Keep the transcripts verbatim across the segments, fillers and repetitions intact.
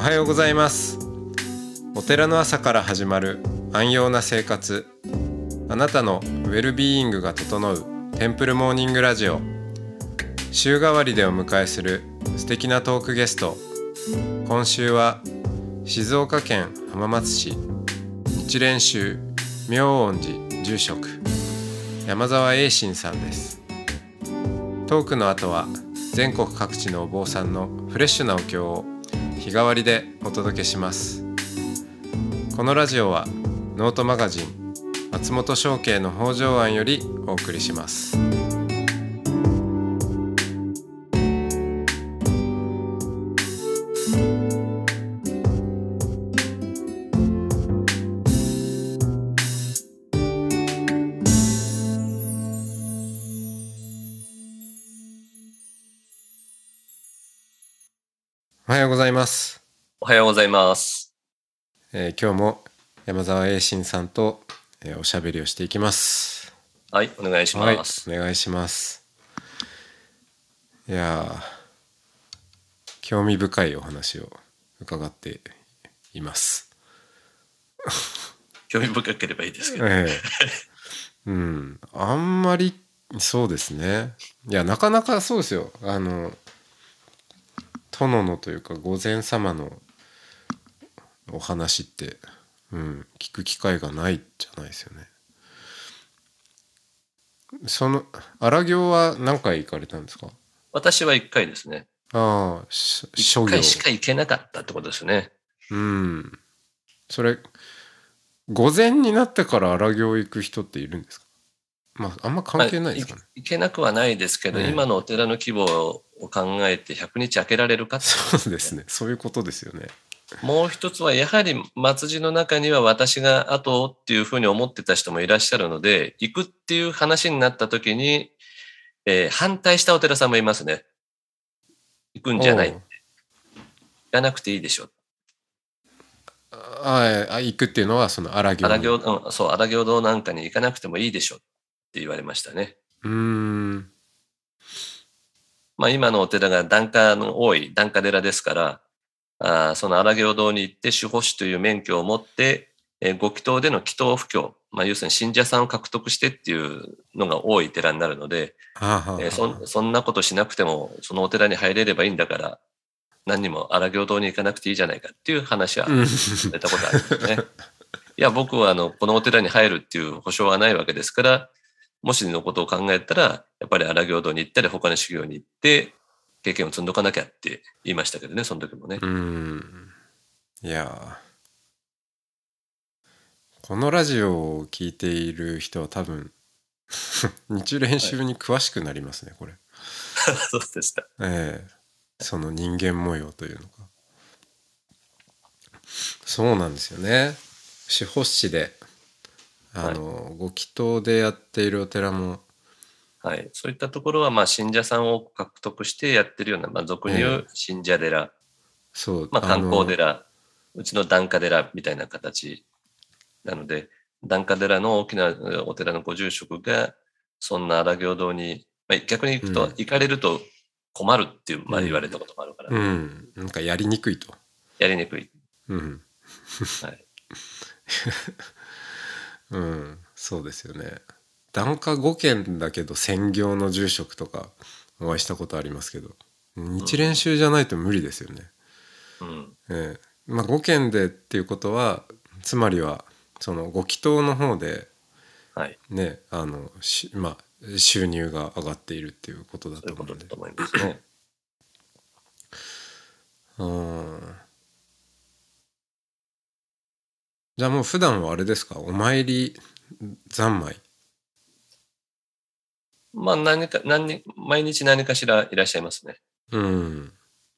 はようございます。お寺の朝から始まる安養な生活、あなたのウェルビーイングが整うテンプルモーニングラジオ。週替わりでお迎えする素敵なトークゲスト。今週は静岡県浜松市日蓮宗妙音寺住職山澤栄信さんです。トークの後は全国各地のお坊さんのフレッシュなお経を日替わりでお届けします。このラジオはノートマガジン松本商家の北条庵よりお送りします。おはようございます。 おはようございます。 えー、今日も山澤栄信さんと、えー、おしゃべりをしていきます。 はい、お願いします。 はい、お願いします。いやー、興味深いお話を伺っています。 興味深ければいいですけど、 えー、うん、あんまりそうですね。いや、なかなかそうですよ。あの殿のというか御前様のお話って、うん、聞く機会がないじゃないですよね。その荒行は何回行かれたんですか？ 私はいっかいですね。 ああ、諸行。 いっかいしか行けなかったってことですね。 うん。それ御前になってから荒行行く人っているんですか？まああんま関係ないですかね。 まあ、行けなくはないですけど、ええ、今のお寺の規模を考えてひゃくにち空けられるかってことですね。 そうですね。そういうことですよね。 もう一つはやはり末寺の中には私が後っていうふうに思ってた人もいらっしゃるので、行くっていう話になった時に、えー、反対したお寺さんもいますね。行くんじゃない。行かなくていいでしょ。 ああ、行くっていうのはその荒行。 荒行、うん、そう、荒行堂なんかに行かなくてもいいでしょって言われましたね。 うーん。 まあ今のお寺が檀家の多い檀家寺ですから、あその荒行堂に行って守護士という免許を持って、えー、ご祈祷での祈祷布教、まあ要するに信者さんを獲得してっていうのが多い寺になるので、 はあはあはあ、 えー、そ, そんなことしなくてもそのお寺に入れればいいんだから、何にも荒行堂に行かなくていいじゃないかっていう話はされたことありますね。いや、僕はあの、このお寺に入るっていう保証はないわけですから、もしのことを考えたら、やっぱり荒行堂に行ったり、他の修行に行って、経験を積んどかなきゃって言いましたけどね、その時もね。 うーん。いや、このラジオを聞いている人は多分、日蓮宗に詳しくなりますね、これ。 そうでした。 ええ、その人間模様というのが。そうなんですよね。司法市であの、はい、ご祈祷でやっているお寺も、 はい、そういったところはまあ信者さんを獲得してやってるような、まあ、俗に言う信者寺、えー、 そう、 まあ、観光寺、うちの檀家寺みたいな形なので、檀家寺の大きなお寺のご住職がそんな荒行堂に、まあ、逆に行くと、うん、行かれると困るっていう、まあ、言われたこともあるから、ね、 うん、うん、なんかやりにくいと。 やりにくい。 うん。 はい。 うん、そうですよね。檀家ご軒だけど専業の住職とかお会いしたことありますけど、日蓮宗じゃないと無理ですよね。うん。ええ、まあご軒でっていうことは、つまりはそのご祈祷の方で、 はい、 ね、あのまあ収入が上がっているっていうことだと思うので。 そういうことだと思いますね。 うん。じゃあもう普段はあれですか、お参り三昧。 まあ何か何毎日何かしらいらっしゃいますね。 うん。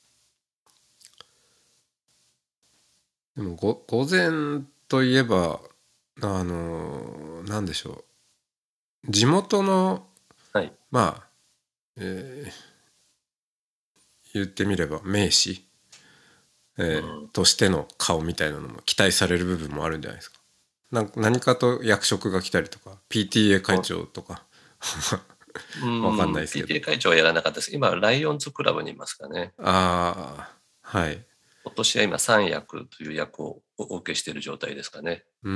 でもご午前といえばあの何でしょう、地元の、 はい、 まあ、えー、言ってみれば名士、えーうん、としての顔みたいなのも期待される部分もあるんじゃないですか。な何かと役職が来たりとか ピーティーエー 会長とかわかんないですけど。 ピーティーエー 会長はやらなかったです。今ライオンズクラブにいますかね。 ああ、はい。 今年は今さん役という役をお受けしている状態ですかね。 うん。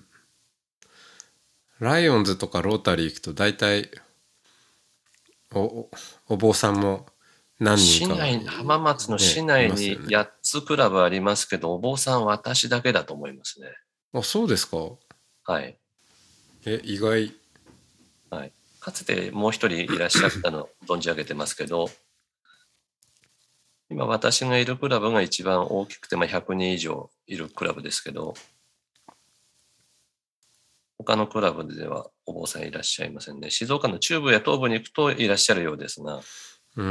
ライオンズとかロータリー行くと大体お、お、お坊さんも何人か、 市内、浜松の市ね、い内にますよね。 やっつクラブありますけど、お坊さんは私だけだと思いますね。 あ、そうですか。 はい。 え、意外。 はい。かつてもう一人いらっしゃったのを存じ上げてますけど、今私がいるクラブが一番大きくて、まあ、ひゃくにん以上いるクラブですけど、他のクラブではお坊さんいらっしゃいませんね。静岡の中部や東部に行くといらっしゃるようですが、 うん。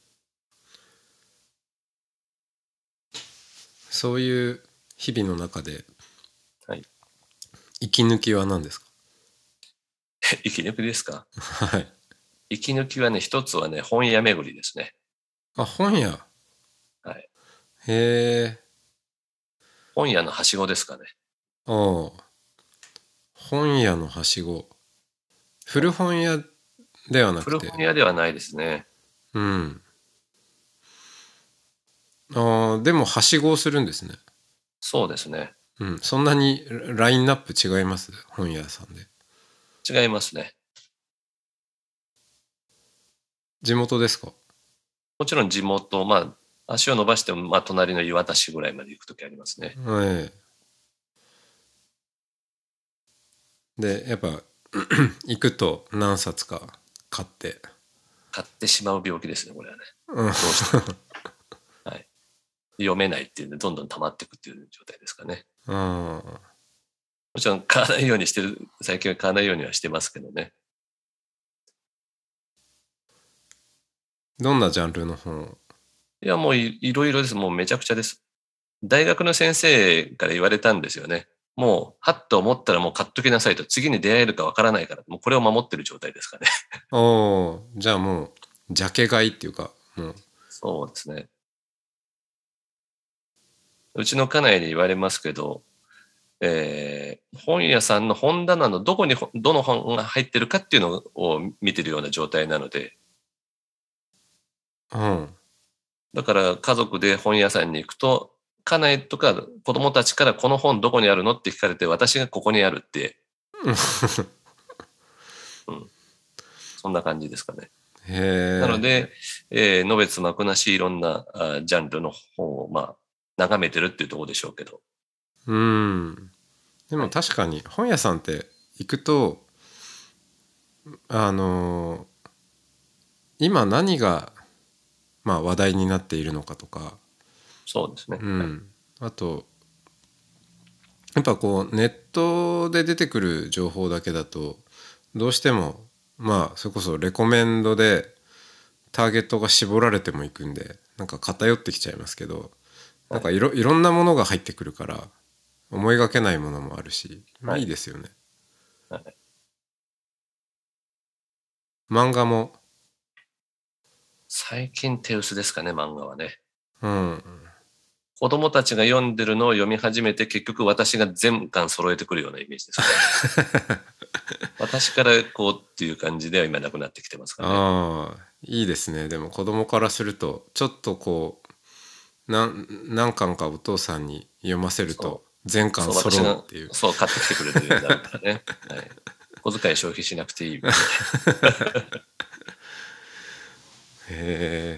そういう日々の中で、 はい。 息抜きは何ですか？ 息抜きですか？ はい。 息抜きはね、一つはね、本屋巡りですね。 あ、本屋。 はい。 へえ。 本屋のはしごですかね。 ああ。本屋のはしご。古本屋ではなく古て。 本屋ではないですね。 うん。ああ、でもはしごをするんですね。 そうですね。 うん。そんなにラインナップ違います？本屋さんで。 違いますね。 地元ですか？ もちろん地元、まあ、足を伸ばしても、まあ、隣の磐田市ぐらいまで行くときありますね。 ええ。で、やっぱ行くと何冊か買って。 買ってしまう病気ですね、これはね。 うん。 どうしても。はい。読めないっていうので、どんどん溜まっていくっていう状態ですかね。 ああ。 もちろん買わないようにしてる、最近は買わないようにはしてますけどね。 どんなジャンルの本？ いや、もうい、いろいろです。もうめちゃくちゃです。大学の先生から言われたんですよね。もう、はっと思ったらもう買っときなさいと。次に出会えるかわからないから、もうこれを守ってる状態ですかね。 おお、じゃあもう、ジャケ買いっていうか、もう。 そうですね。うちの家内に言われますけど、えー本屋さんの本棚のどこにほどの本が入ってるかっていうのを見てるような状態なので、 うん。 だから家族で本屋さんに行くと、家内とか子供たちからこの本どこにあるのって聞かれて、私がここにあるって、うん、そんな感じですかね。なのへえ。 で、えー、のべつ幕なしいろんなあジャンルの本を、まあ、眺めてるっていうところでしょうけど。 うん。でもはい。 確かに本屋さんって行くと、あのー今何が、まあ、話題になっているのかとか、 そうですね。はい。 うん。あと、やっぱこうネットで出てくる情報だけだとどうしてもまあそれこそレコメンドでターゲットが絞られてもいくんでなんか偏ってきちゃいますけど、なんはい。 かいろいろんなものが入ってくるから思いがけないものもあるし、まあはい。 いいですよね。 はい。 漫画も。 最近手薄ですかね、漫画はね。 うん。 子供たちが読んでるのを読み始めて、結局私が全巻揃えてくるようなイメージですかね。私からこうっていう感じでは今なくなってきてますかね。 ああ、いいですね。でも子供からするとちょっとこう何何巻かお父さんに読ませるとそう。 全巻そう、私が、 揃うっていう。 そう、買ってきてくれるようになるからね。はい。小遣い消費しなくていいみたいへえ。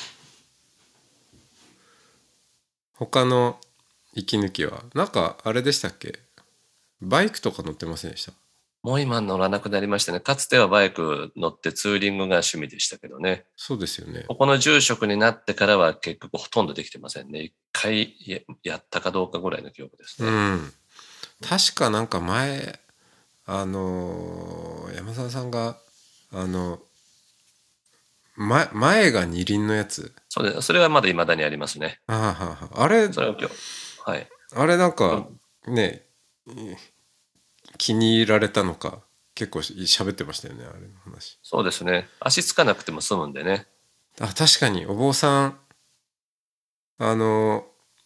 他の息抜きはなんかあれでしたっけ？バイクとか乗ってませんでした？ もう今乗らなくなりましたね。かつてはバイク乗ってツーリングが趣味でしたけどね。 そうですよね。 ここの住職になってからは結局ほとんどできてませんね。一回ややったかどうかぐらいの記憶ですね。 うん。確かなんか前あのー山澤さんがあの前前が二輪のやつ。 それ、それはまだ未だにありますね。 あははあれそれは今日、はい。 あれなんかうん、 ね気に入られたのか結構喋ってましたよねあれの話。 そうですね。足つかなくても済むんでね。 あ、確かにお坊さんあの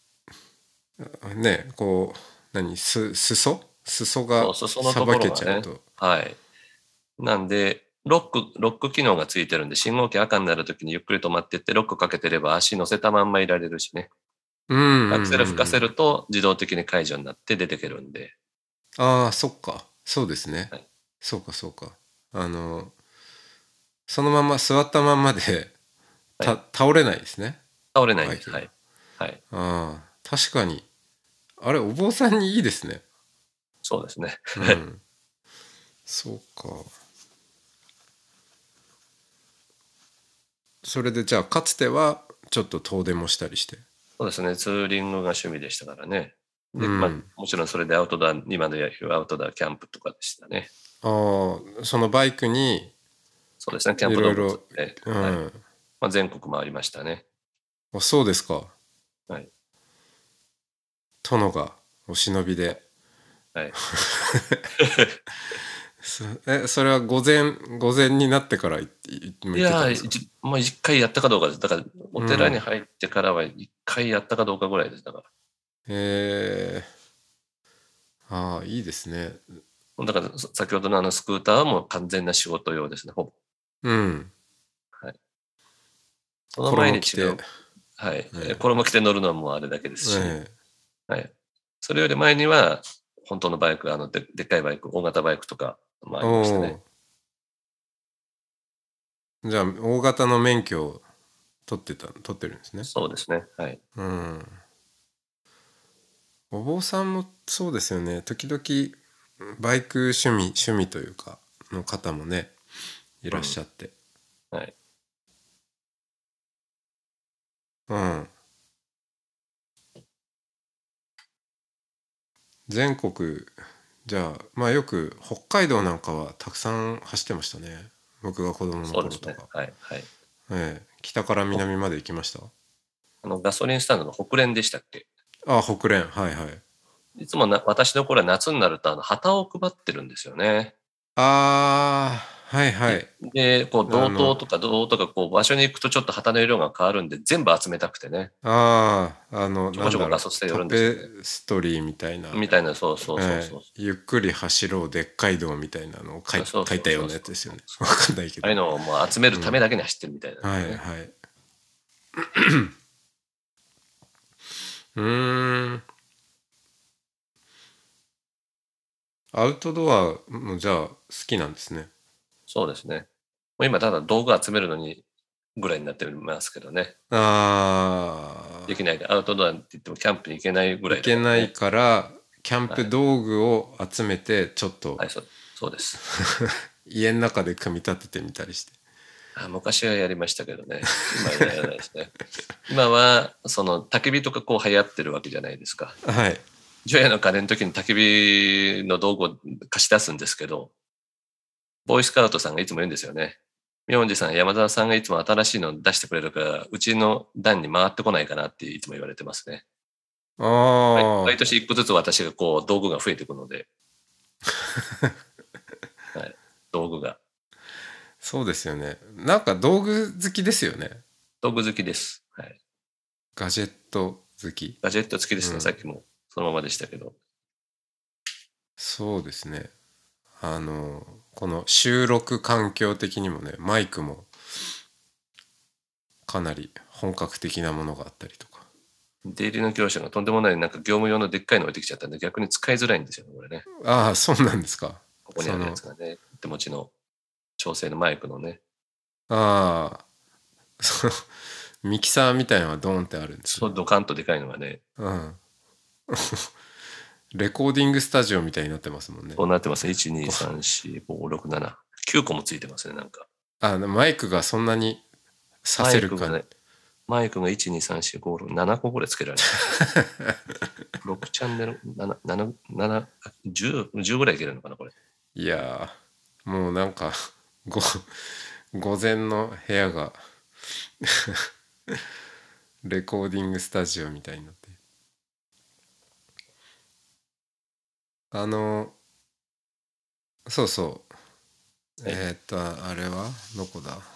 ねこう何す裾裾がそう、裾のとこさばけろがね。 ちゃうと。 はい。なんで、ロック、ロック機能がついてるんで、信号機赤になるときにゆっくり止まってって、ロックかけてれば足乗せたまんまいられるしね。 うんうんうん、 アクセル吹かせると自動的に解除になって出てけるんで。 ああ、そっか。そうですね。 はい、 そうかそうか。あの、そのまま座ったまんまでたはい。 倒れないですね。 倒れないんです。 バイクが。 はい。はい。 ああ、確かに。あれ、お坊さんにいいですね。 そうですね。 うん。そうか。それでじゃあ、かつてはちょっと遠出もしたりして。 そうですね。ツーリングが趣味でしたからね。で、まあ、 うん。 もちろんそれでアウトドア、今で言うアウトドアキャンプとかでしたね。 ああ、そのバイクにそうですね。キャンプ道具を積いろいろ、 んで、 うはい。 ん。 まあ、全国回りましたね。 あ、そうですか。 はい。 殿がお忍びで。 はい。 そえ、それは午前、午前になってから行っても行ってたいやー、 んですか？ 一まあ、一回やったかどうかです。だから、おうん。 寺に入ってからは一回やったかどうかぐらいです。だから。 えー、ああ、いいですね。 だから、先ほどのあのスクーターはもう完全な仕事用ですね、ほぼ。 うん。 はい。その前衣着て、 に違う、はい。ええ衣着て乗るのはもうあれだけですし、 ええはい。それより前には、本当のバイク、あので、でっかいバイク、大型バイクとかもあえ、 りましたね。 おお、じゃあ、大型の免許を取ってた、取ってるんですね。 そうですね。はい。 うん。お坊さんもそうですよね。時々、バイク趣味、趣味というか、の方もね、いらっしうん。 ゃって。 はい。 うん。全国、じゃあ、まあよく北海道なんかはたくさん走ってましたね。僕が子供のそうですね。 頃とか。 はい。はい。 ええ、北からほ南まで行きました。 あの、ガソリンスタンドの北連でしたっけ？ あ、北連。はいはい。 いつもな、私の頃は夏になると、あの、旗を配ってるんですよね。 ああ、はいはで、 い。 でこう、道あの、 東とか道とか、こう、場所に行くとちょっと旗の色が変わるんで、全部集めたくてね、 ああ、あの、 ちょこちょこなんだろう。 ガソスタ寄トるんですよね。 ペストリーみたいな、 みたいな、そうそうそうそう。 ええ、ゆっくり走ろうでっかい道みたいなのを書い、 あそう書いたようそうそうそうなやつですよね。わそう。 かんないけど。 ああいうのをもう集めるためうん。 だけに走ってるみたいなはのね。 いはい。うーん。アウトドアもじゃあ好きなんですね。 そうですね。もう今ただ道具集めるのにぐらいになってますけどね。 ああ、 できないで、アウトドアって言ってもキャンプに行けないぐらいいだけないからね。 から、キャンプはい。 道具を集めて、ちょっとはい、そう、そうです。 家の中で組み立ててみたりして。 あ、昔はやりましたけどね。今はやらないですね。今は、その焚き火とかこう流行ってるわけじゃないですか。 はい。 除夜の鐘の時に焚き火の道具を貸し出すんですけど、ボーイスカウトさんがいつも言うんですよね。明治さん、山田さんがいつも新しいの出してくれるから、うちの段に回ってこないかなっていつも言われてますね。毎毎ああ、 年一個ずつ私がこう道具が増えていくので、はい、道具が。 そうですよね。なんか道具好きですよね。 道具好きです。はい。 ガジェット好き。 ガジェット付きですね。さっうん。 きもそのままでしたけど。 そうですね。あの、この収録環境的にもね、マイクもかなり本格的なものがあったりとか。 出入りの業者がとんでもないなんか業務用のでっかいの置いてきちゃったんで逆に使いづらいんですよね、これね。 ああ、そうなんですか。 ここにあるやその、 つがね。手持ちの調整のマイクのね。 ああ、その、ミキサーみたいなのがドーンってあるんですね。 そう、ドカンとでかいのがね。 うん。レコーディングスタジオみたいになってますもんね。 そうなってますね。いち、に、 こさん、よん、ご、ろく、なな。きゅうこもついてますね、なんか。 あ、マイクがそんなにさマせるか。 イクがね、マイクがいち、に、さん、よん、ご、ろく、ななこぐらいつけられてます。ろくチャンネル、なな、なな、なな、じゅう、じゅうぐらいいけるのかな、これ。 いやー、もうなんか、ご、午前の部屋がレコーディングスタジオみたいになって。あの、そうそう。 はい。 えーっと、あれはどこだ？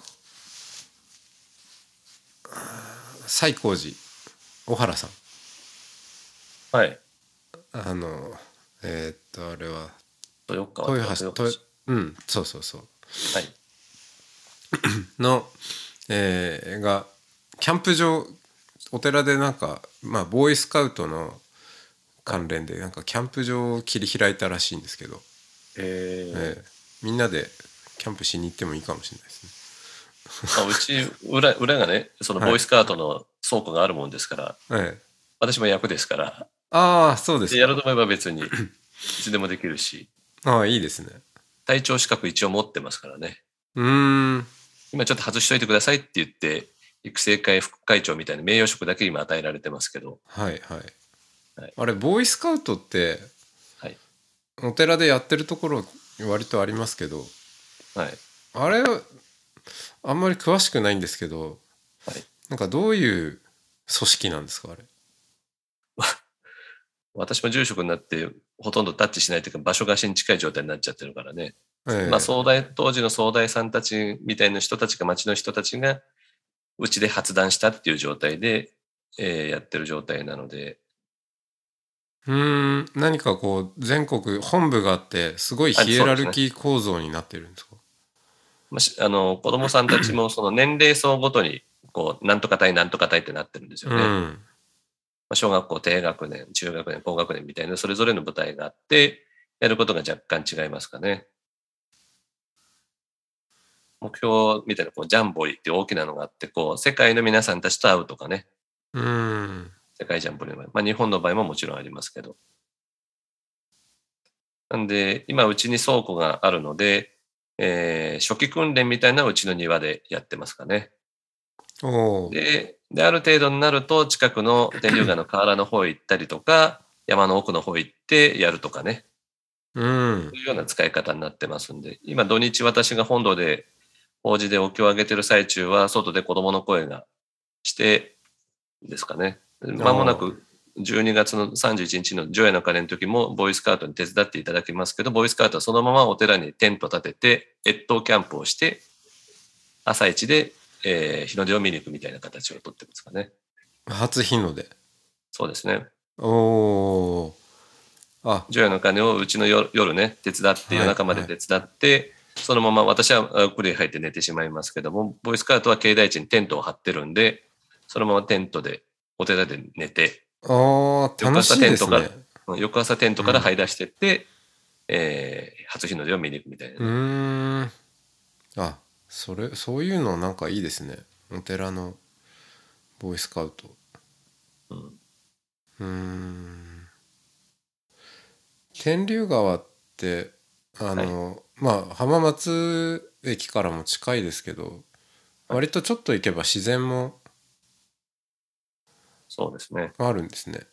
西光寺、小原さん。 はい。 あの、えーっと、あれは、 豊川とか豊橋、と、 豊橋。 うん、そうそうそう。 はい。 の、えーが、キャンプ場お寺でなんかまあボーイスカウトの関連でなんかキャンプ場を切り開いたらしいんですけど、 えーええ、みんなでキャンプしに行ってもいいかもしれないですね。 まあ、うち裏、裏がね、そのボーイスカートの倉庫があるもんですから、 はい、ええ、 私も役ですから、 ああそうですか。 でやろうと思えば別にいつでもできるし、 ああいいですね。 隊長資格一応持ってますからね。 うーん。 今ちょっと外しといてくださいって言って、育成会副会長みたいな名誉職だけ今与えられてますけど。 はいはい。 はい、 あれボーイスカウトってはい、 お寺でやってるところ割とありますけど、 はい、 あれあんまり詳しくないんですけど、 はい。 なんかどういう組織なんですかあれ。 私も住職になってほとんどタッチしないというか場所貸しに近い状態になっちゃってるからね。まあ、 ええ、 総大、当時の総大さんたちみたいな人たちが町の人たちがうちで発談したっていう状態で、えーやってる状態なので。 うーん、何かこう全国本部があってすごいあ、 ヒエそうですね。 ラルキー構造になってるんですか。 まあしあの、子供さんたちもその年齢層ごとに、こう、なんとか隊、なんとか隊ってなってるんですよね。まうんあ、小学校低学年、中学年、高学年みたいな、それぞれの部隊があって、やることが若干違いますかね。目標みたいな、こう、ジャンボリーっていう大きなのがあって、こう、世界の皆さんたちと会うとかね。 うーん世界ジャンボリーの場合。まあ、日本の場合ももちろんありますけど。なんで、今、うちに倉庫があるので、えー初期訓練みたいなのはうちの庭でやってますかね。 おーで、で、ある程度になると、近くの天竜川の河原の方へ行ったりとか、山の奥の方へ行ってやるとかね。 うんそういうような使い方になってますんで、今土日私が本土で、法事でお経をあげてる最中は、外で子供の声がしてですかね。まもなあくじゅうにがつのさんじゅういちにちの除夜の鐘の時も、ボーイスカートに手伝っていただきますけど、ボーイスカートはそのままお寺にテント立てて、越冬キャンプをして、朝一で、えー日の出を見に行くみたいな形をとってますかね。 あ初日の出。 そうですね。 おーあ除夜の鐘をうちの夜夜ね、手伝って、 はい夜中まで手伝って、そのまま私はあプレイ入って寝てしまいますけども、ボーイスカートは境内地にテントを張ってるんで、そのままテントで、お寺で寝て、 あー楽翌朝しいですね。 テントから、うん翌朝テントから這い出してって、えー初日の出を見に行くみたいなうね。 ーんあそれそういうのなんかいいですね。お寺のボーイスカウト。 うんうーん天竜川ってあはい。 のまあ浜松駅からも近いですけど、 はい。 割とちょっと行けば自然もそうですね。 あるんですね。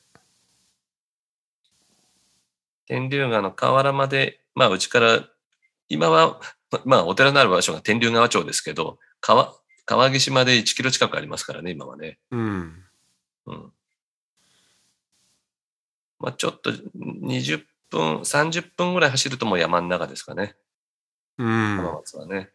天竜川の河原まで、まあうちから、今は、まあお寺のある場所が天竜川町ですけど、川、川岸までいちキロ近くありますからね、今はね。 うんうん。まあ、ちょっとにじゅっぷん、さんじゅっぷんぐらい走るともう山の中ですかね。浜うん松はね。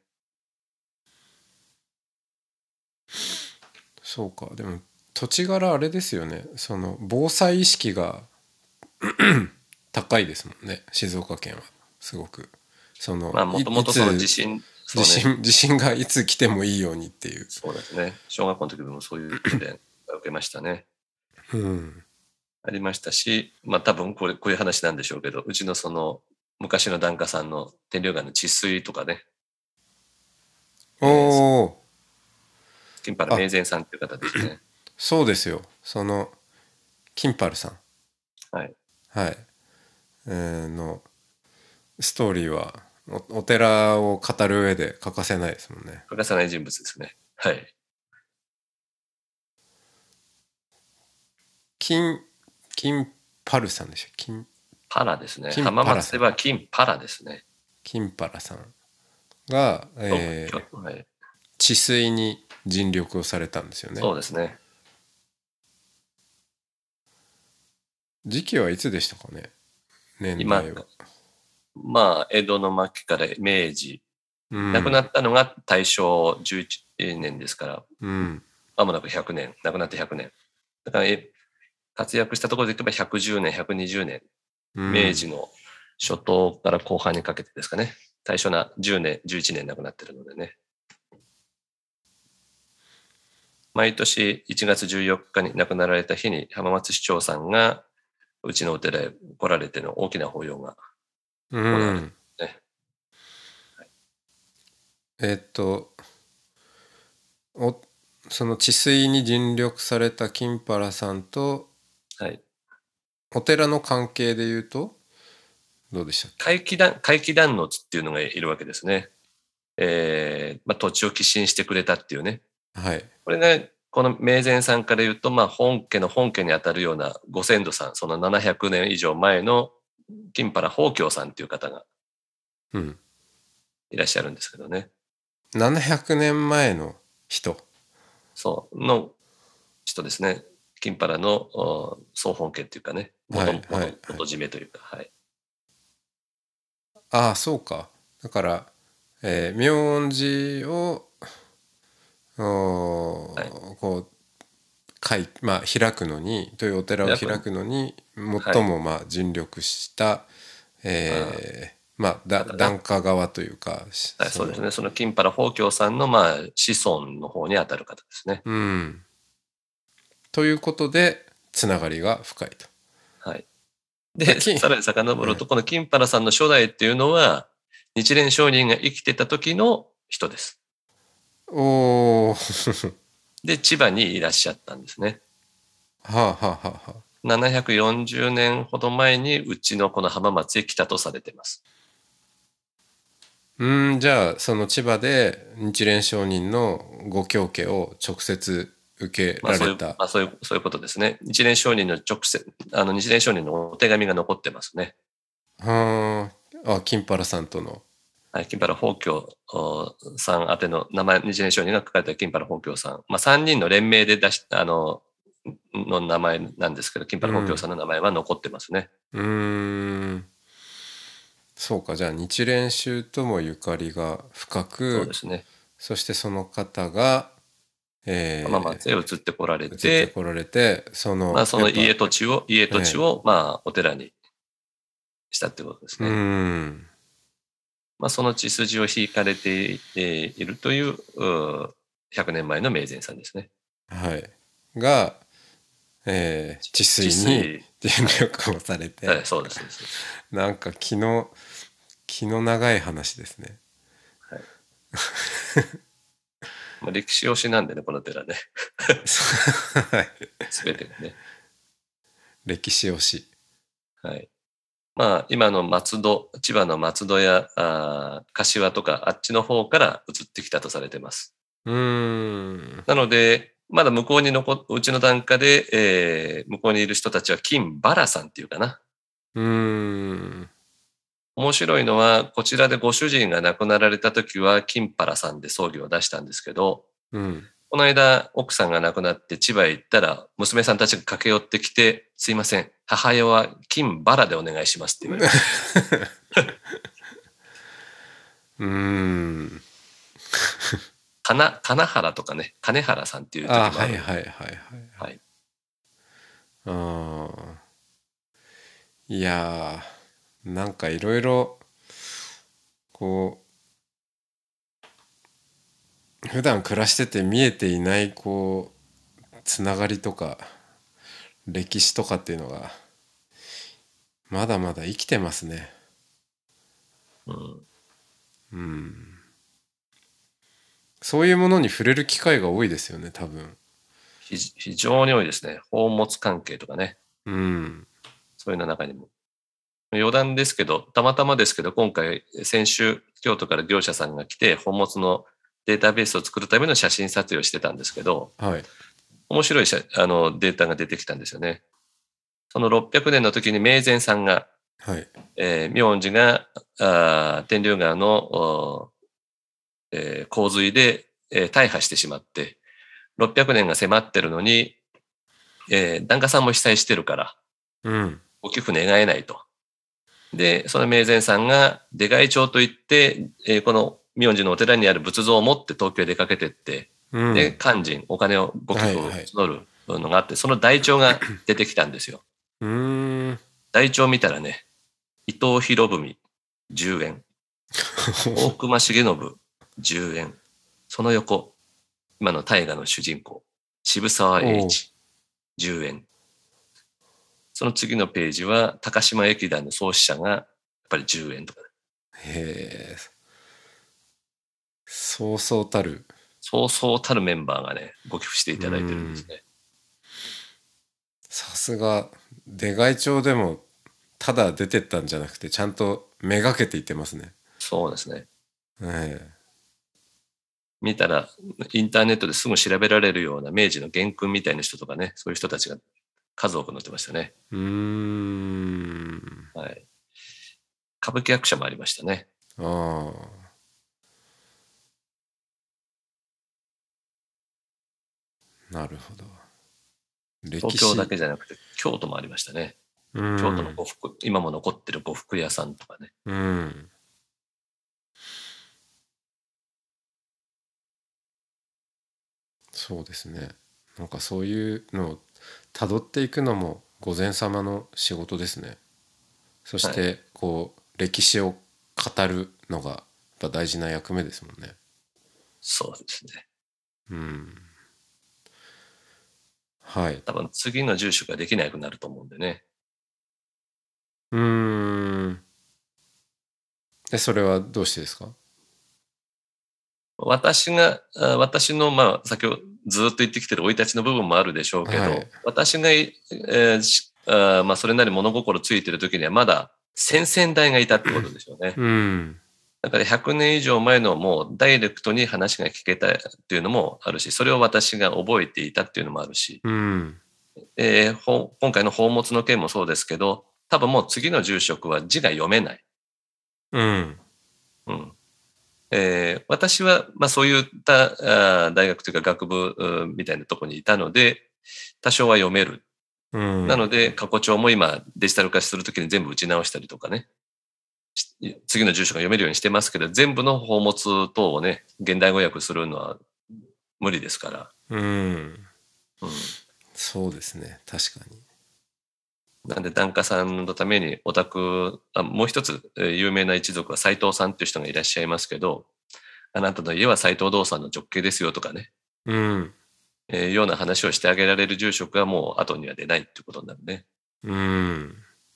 そうか。でも土地柄あれですよね。その防災意識が高いですもんね、静岡県は。すごくそのまあ、もい、いともとその地つ震、 地そうね。 震地震がいつ来てもいいようにっていう。 そうですね。小学校の時もそういう訓練を受けましたね。 うんありましたし、まあ多分これ、こういう話なんでしょうけど、うちのその昔の檀家さんの天竜川の治水とかね、 おえー、 お金原あ明前さんっていう方ですね。 そうですよ。そのキンパルさん、 はい。 はい、えーのストーリーはお、お寺を語る上で欠かせないですもんね。 欠かせない人物ですね。はい。 キンキンパルさんでしょ。キンパラですね。 キン浜パラさん松では金パラですね。 キンパラさんが、 そうえー今日はい。 治水に尽力をされたんですよね。 そうですね。 時期はいつでしたかね、年今、 代は。 まあ、江戸の末期から明治、亡くなうんったのが大正じゅういちねんですから、 うんまもなくひゃくねん、亡くなってひゃくねん。だから、え活躍したところでいけばひゃくじゅうねん、ひゃくにじゅうねん、 うん明治の初頭から後半にかけてですかね。大正なじゅうねん、じゅういちねん亡くなってるのでね。 毎年いちがつじゅうよっかに亡くなられた日に浜松市長さんがうちのお寺へ来られての大きな法要がう行われてん。 ね。 えっと、お、その治水に尽力された金原さんと、 はい。 お寺の関係で言うと、どうでしたっけ？ 会期団、会期団のっていうのがいるわけですね。えーまあ、土地を寄進してくれたっていうね。 はい。 これが、この明前さんから言うと、まあ、本家の本家にあたるようなご先祖さん、そのななひゃくねん以上前の金原宝鏡さんっていう方がうん。 いらっしゃるんですけどね。 ななひゃくねんまえの人。 そう、の人ですね。金原のお総本家っていうかね、元、 はいはい元、 はい。 元締めというか、はい。 ああ、そうか。だから、えー明寺を、おはい。 ーこう、開、まあ、開くのに、というお寺を開楽、 くのに、 はい。 最も、まあ、尽力した、 あえーまあ、だ、 方が、 檀家側というか、しその、 はい、そうですね。その金原宝鏡さんの、まあ、子孫の方にあたる方ですね。 うん。ということで、つながりが深いと。 はい。で、 だ金、 さらに遡うん。 ると、この金原さんの初代っていうのは、日蓮上人が生きてた時の人です。 おー。 で、千葉にいらっしゃったんですね。 はあはあはあはあ。 ななひゃくよんじゅうねんほど前にうちのこの浜松へ来たとされています。 うん、じゃあ、その千葉で日蓮上人のご教家を直接受けまあそういう、 られた。 まあそういう、そういうことですね。日蓮上人の直接、あの日蓮上人のお手紙が残ってますね。 はあ、あ、金原さんとの。 はい、金原宝鏡さん宛ての名前、日蓮上人が書かれた金原宝鏡さん。まあさんにんの連名で出し、あの、の名前なんですけど、金原宝鏡さんの名前は残ってますね。 うーん。そうか、じゃあ日蓮宗ともゆかりが深く、 そうですね。 そしてその方が、 浜松へえ移ってこられー、移ってて、 こられて、その、 まあそのやっぱ、 家土地を、家土地えを、まあお寺にしたってことですー、うね。 ーん。 まあその血筋を引かれているという、うひゃくねんまえの明前さんですね。 はい。が、えー、治治水に水、 尽はい。 力をされて、 はい、そうです、そうです。 なんか気の、気の長い話ですね。 はい。まあ、歴史推しなんでね、この寺ね。 はい。 すべてがね。 歴史推し。 はい。まあ、今の松戸、千葉の松戸や、あ柏とか、あっちの方から移ってきたとされています。 うーん。 なので、まだ向こうに残っ、うちの檀家で、えー、向こうにいる人たちは金原さんっていうかな。 うーん。 面白いのは、こちらでご主人が亡くなられた時は、金原さんで葬儀を出したんですけど、 うん。 この間、奥さんが亡くなって千葉へ行ったら、娘さんたちが駆け寄ってきて、すいません、母親は金バラでお願いしますって言われました。 うーん。 金、金原とかね、金原さんっていうあ、 時もある。 はいはいはいはい。 はい。 ああ。いやー、なんかいろいろ、こう、普段暮らしてて見えていない、こう、つながりとか、歴史とかっていうのが、まだまだ生きてますね。 うん。 うん。そういうものに触れる機会が多いですよね、多分。 非非常に多いですね。宝物関係とかね。 うん。 そういうの中にも。余談ですけど、たまたまですけど、今回、先週、京都から業者さんが来て、宝物のデータベースを作るための写真撮影をしてたんですけど、 はい。 面白い写あのデータが出てきたんですよね。そのろっぴゃくねんの時に明前さんが、 はい。 えー、明寺が、あ天竜川の、えー、洪水で、えー、大破してしまって、ろっぴゃくねんが迫ってるのに、えー、檀家さんも被災してるから、 うん。 ご寄付願えないと。で、その明前さんが出外帳といって、えー、この明寺のお寺にある仏像を持って東京へ出かけてって、で、 うん。 勧進、お金を、ご寄付をはいはい。 募るのがあって、その台帳が出てきたんですよ。 うーん。 台帳見たらね、伊藤博文じゅうえん、大隈重信じゅうえん、その横、今の大河の主人公、 渋沢栄一、じゅうえん。その次のページは、高島駅団の創始者が、やっぱりじゅうえんとか。 へえ。そうそうたる。 そうそうたるメンバーがね、ご寄付していただいてるんですね。 さすが、出外帳でも、ただ出てったんじゃなくて、ちゃんとめがけていってますね。 そうですね。 ええ。 見たら、インターネットですぐ調べられるような明治の元勲みたいな人とかね、そういう人たちが数多く載ってましたね。 うーん。 はい。歌舞伎役者もありましたね。 ああ。なるほど。歴東京だ史。 けじゃなくて、京都もありましたね。 う京都のん。 呉服、今も残ってる呉服屋さんとかね。 うん。そうですね。なんかそういうのを辿っていくのも御前様の仕事ですね。そしはい。 てこう歴史を語るのがやっぱ大事な役目ですもんね。 そうですね。 うん。はい。 多分次の住所ができなくなると思うんでね。 うーん。で、それはどうしてですか？ 私が、あ私の、まあ、先ほどずっと言ってきてる生い立ちの部分もあるでしょうけはい。 ど、私が、えーしあまあ、それなり物心ついてる時にはまだ先々代がいたってことでしょうね。 うん。 だからひゃくねん以上前のもうダイレクトに話が聞けたっていうのもあるし、それを私が覚えていたっていうのもあるし、 うん。 えーほ今回の宝物の件もそうですけど、多分もう次の住職は字が読めない。 うん。 うん。えー私は、まあそういったあ大学というか学部うみたいなところにいたので、多少は読める。 うん。 なので、過去帳も今デジタル化するときに全部打ち直したりとかね、し次の住所が読めるようにしてますけど、全部の宝物等をね、現代語訳するのは無理ですから。 うん。 うん。 そうですね。確かに。 なんで、檀家さんのためにお宅、あもう一つえー有名な一族は斎藤さんっていう人がいらっしゃいますけど、あなたの家は斎藤道さんの直系ですよとかね、 うん。 えーような話をしてあげられる住職はもう後には出ないっていうことになるね。 うん。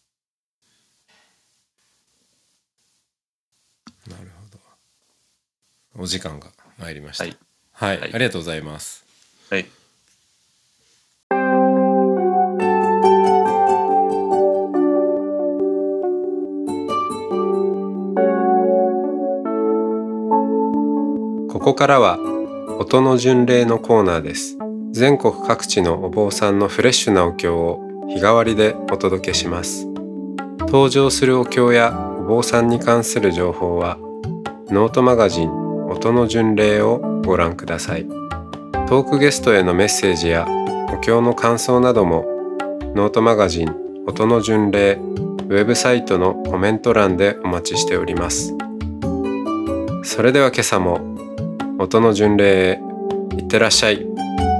なるほど。お時間が参りました。 はい。 はい。 はい。 ありがとうございます。 はい。 ここからは音の巡礼のコーナーです。全国各地のお坊さんのフレッシュなお経を日替わりでお届けします。登場するお経やお坊さんに関する情報はノートマガジン音の巡礼をご覧ください。トークゲストへのメッセージやお経の感想などもノートマガジン音の巡礼ウェブサイトのコメント欄でお待ちしております。それでは今朝も音の巡礼へいってらっしゃい。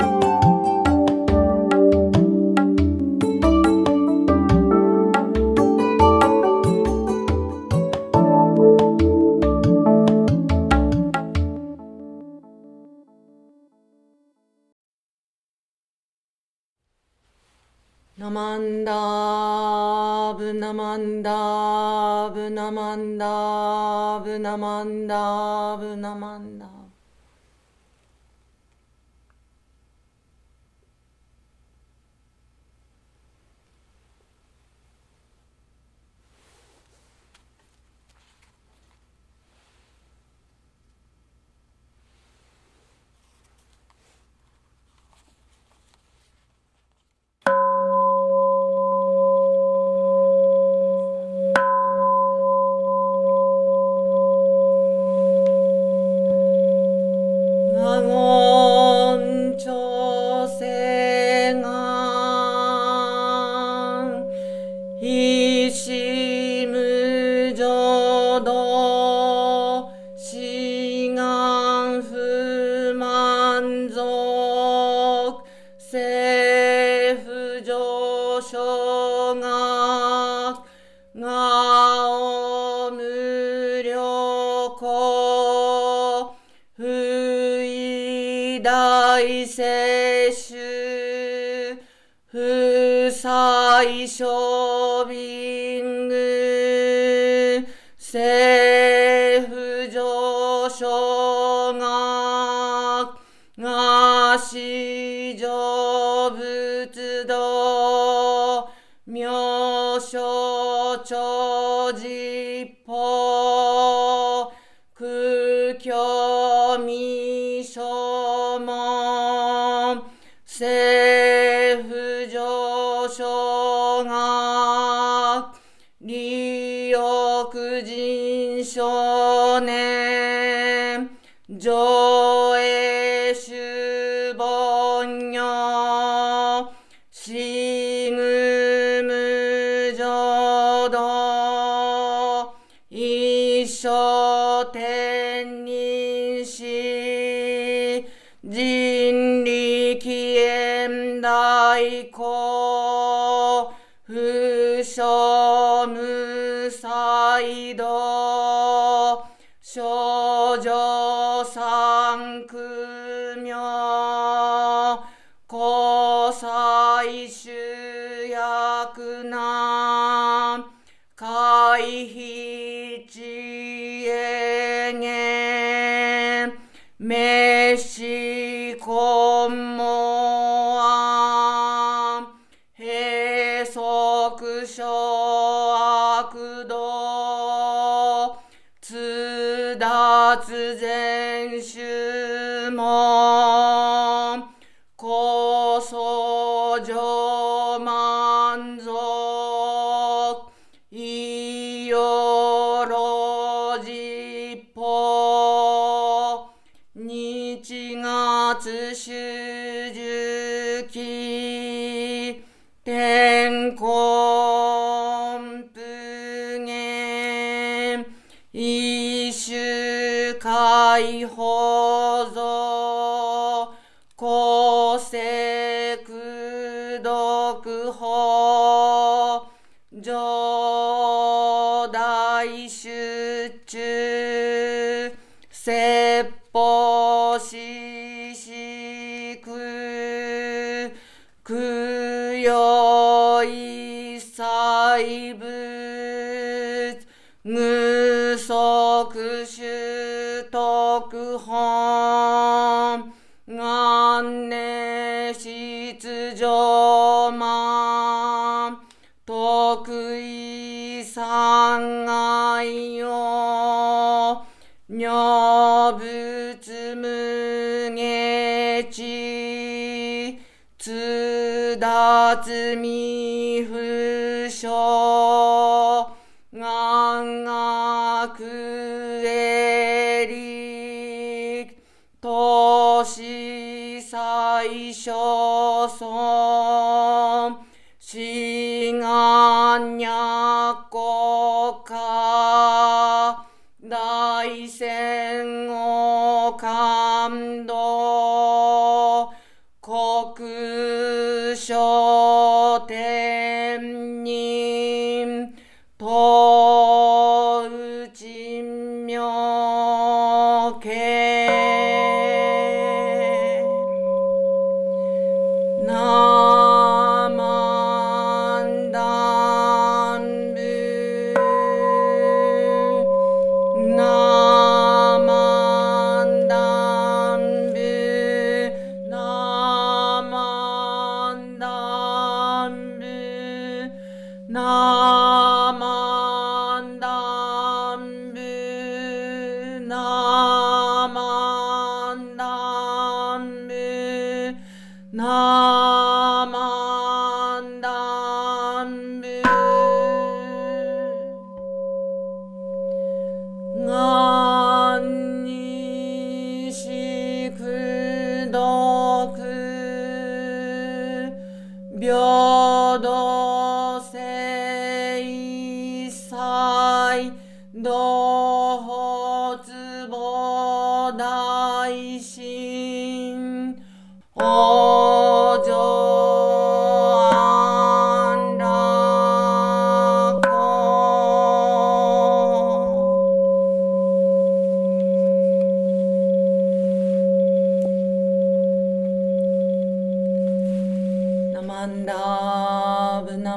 ナマンダーブナマンダーブナマンダーブナマンダーブナマンダー。我言調整願非死無浄土志願不満足政府上昇学がお無料公不意大摂取不採処便具政府上昇学が市場仏道妙所長実法苦境未所門政府上昇学利欲人少年上映主凡女しぐ無浄土一生天人し人力縁大公不所無才道少女三苦名交際集約難回避知恵言滅死根門案閉塞小悪道通達全宗門高僧上満足異様老実法日月主樹期天根普賢一種解放像公正功徳法上大出中説法四四苦供養一切仏無足種徳本願念出上満得意三愛用如仏無下知通達未不詳願学営力投資最小損志願若国家大戦を感動国書天人東宇珍妙見ナマンダンブナマンダンブナマンダンブナマンダンブナマンダンブナマンダンブ願にしくどく平等性一切同発母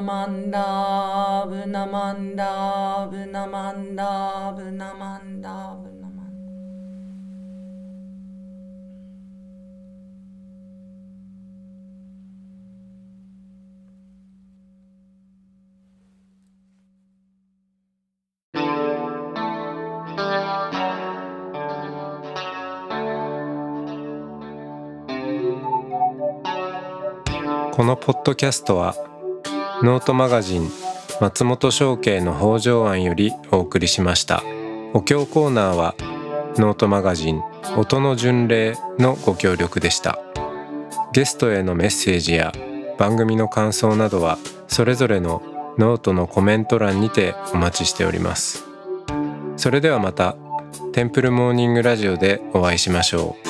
マンダブナマンダブナマンダブナマンダブナマンダ。 このポッドキャストはノートマガジン松本商家の北条庵よりお送りしました。お経コーナーはノートマガジン音の巡礼のご協力でした。ゲストへのメッセージや番組の感想などはそれぞれのノートのコメント欄にてお待ちしております。それではまたテンプルモーニングラジオでお会いしましょう。